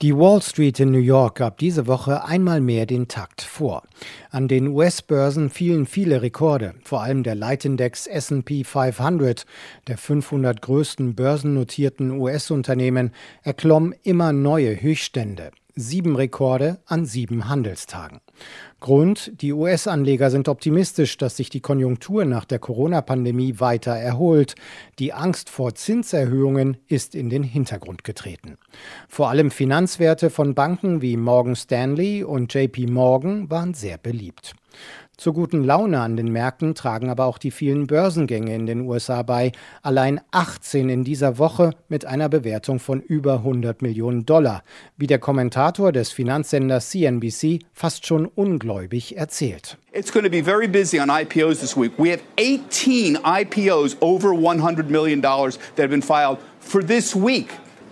Die Wall Street in New York gab diese Woche einmal mehr den Takt vor. An den US-Börsen fielen viele Rekorde, vor allem der Leitindex S&P 500, der 500 größten börsennotierten US-Unternehmen, erklomm immer neue Höchststände. 7 Rekorde an 7 Handelstagen. Grund: Die US-Anleger sind optimistisch, dass sich die Konjunktur nach der Corona-Pandemie weiter erholt. Die Angst vor Zinserhöhungen ist in den Hintergrund getreten. Vor allem Finanzwerte von Banken wie Morgan Stanley und JP Morgan waren sehr beliebt. Zur guten Laune an den Märkten tragen aber auch die vielen Börsengänge in den USA bei. Allein 18 in dieser Woche mit einer Bewertung von über 100 Millionen $, wie der Kommentator des Finanzsenders CNBC fast schon ungläubig erzählt. It's going to be very busy on IPOs this week. We have 18 IPOs over $100 million that have been filed for this week.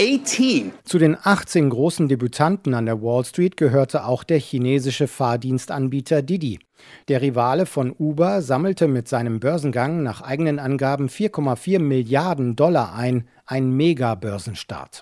18. Zu den 18 großen Debütanten an der Wall Street gehörte auch der chinesische Fahrdienstanbieter Didi. Der Rivale von Uber sammelte mit seinem Börsengang nach eigenen Angaben 4,4 Milliarden $ ein Mega-Börsenstart.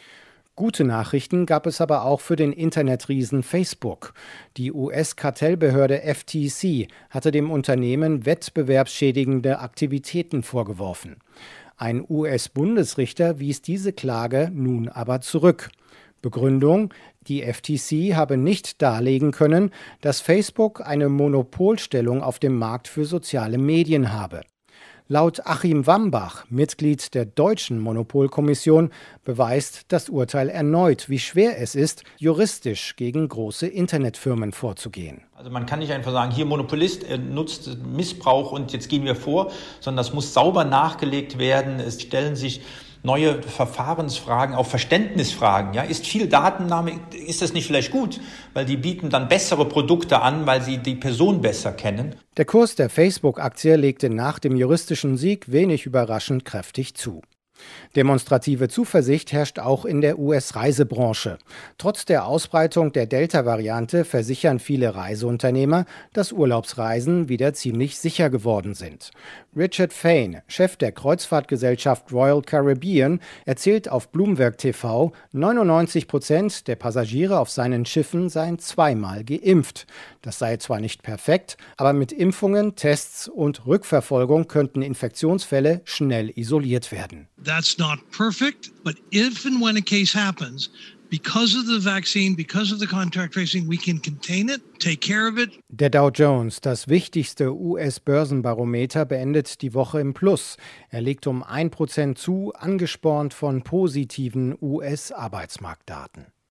Gute Nachrichten gab es aber auch für den Internetriesen Facebook. Die US-Kartellbehörde FTC hatte dem Unternehmen wettbewerbsschädigende Aktivitäten vorgeworfen. Ein US-Bundesrichter wies diese Klage nun aber zurück. Begründung: Die FTC habe nicht darlegen können, dass Facebook eine Monopolstellung auf dem Markt für soziale Medien habe. Laut Achim Wambach, Mitglied der deutschen Monopolkommission, beweist das Urteil erneut, wie schwer es ist, juristisch gegen große Internetfirmen vorzugehen. Also man kann nicht einfach sagen, hier Monopolist nutzt Missbrauch und jetzt gehen wir vor, sondern das muss sauber nachgelegt werden. Es stellen sich neue Verfahrensfragen, auch Verständnisfragen. Ja, ist viel Datennahme, ist das nicht vielleicht gut? Weil die bieten dann bessere Produkte an, weil sie die Person besser kennen. Der Kurs der Facebook-Aktie legte nach dem juristischen Sieg wenig überraschend kräftig zu. Demonstrative Zuversicht herrscht auch in der US-Reisebranche. Trotz der Ausbreitung der Delta-Variante versichern viele Reiseunternehmer, dass Urlaubsreisen wieder ziemlich sicher geworden sind. Richard Fain, Chef der Kreuzfahrtgesellschaft Royal Caribbean, erzählt auf Bloomberg TV, 99% der Passagiere auf seinen Schiffen seien zweimal geimpft. Das sei zwar nicht perfekt, aber mit Impfungen, Tests und Rückverfolgung könnten Infektionsfälle schnell isoliert werden. That's not perfect, but if and when a case happens, because of the vaccine, because of the contact tracing, we can contain it, take care of it. Der Dow Jones, das wichtigste US-Börsenbarometer, beendet die Woche im Plus. Er legt um 1% zu, angespornt von positiven US-Arbeitsmarktdaten.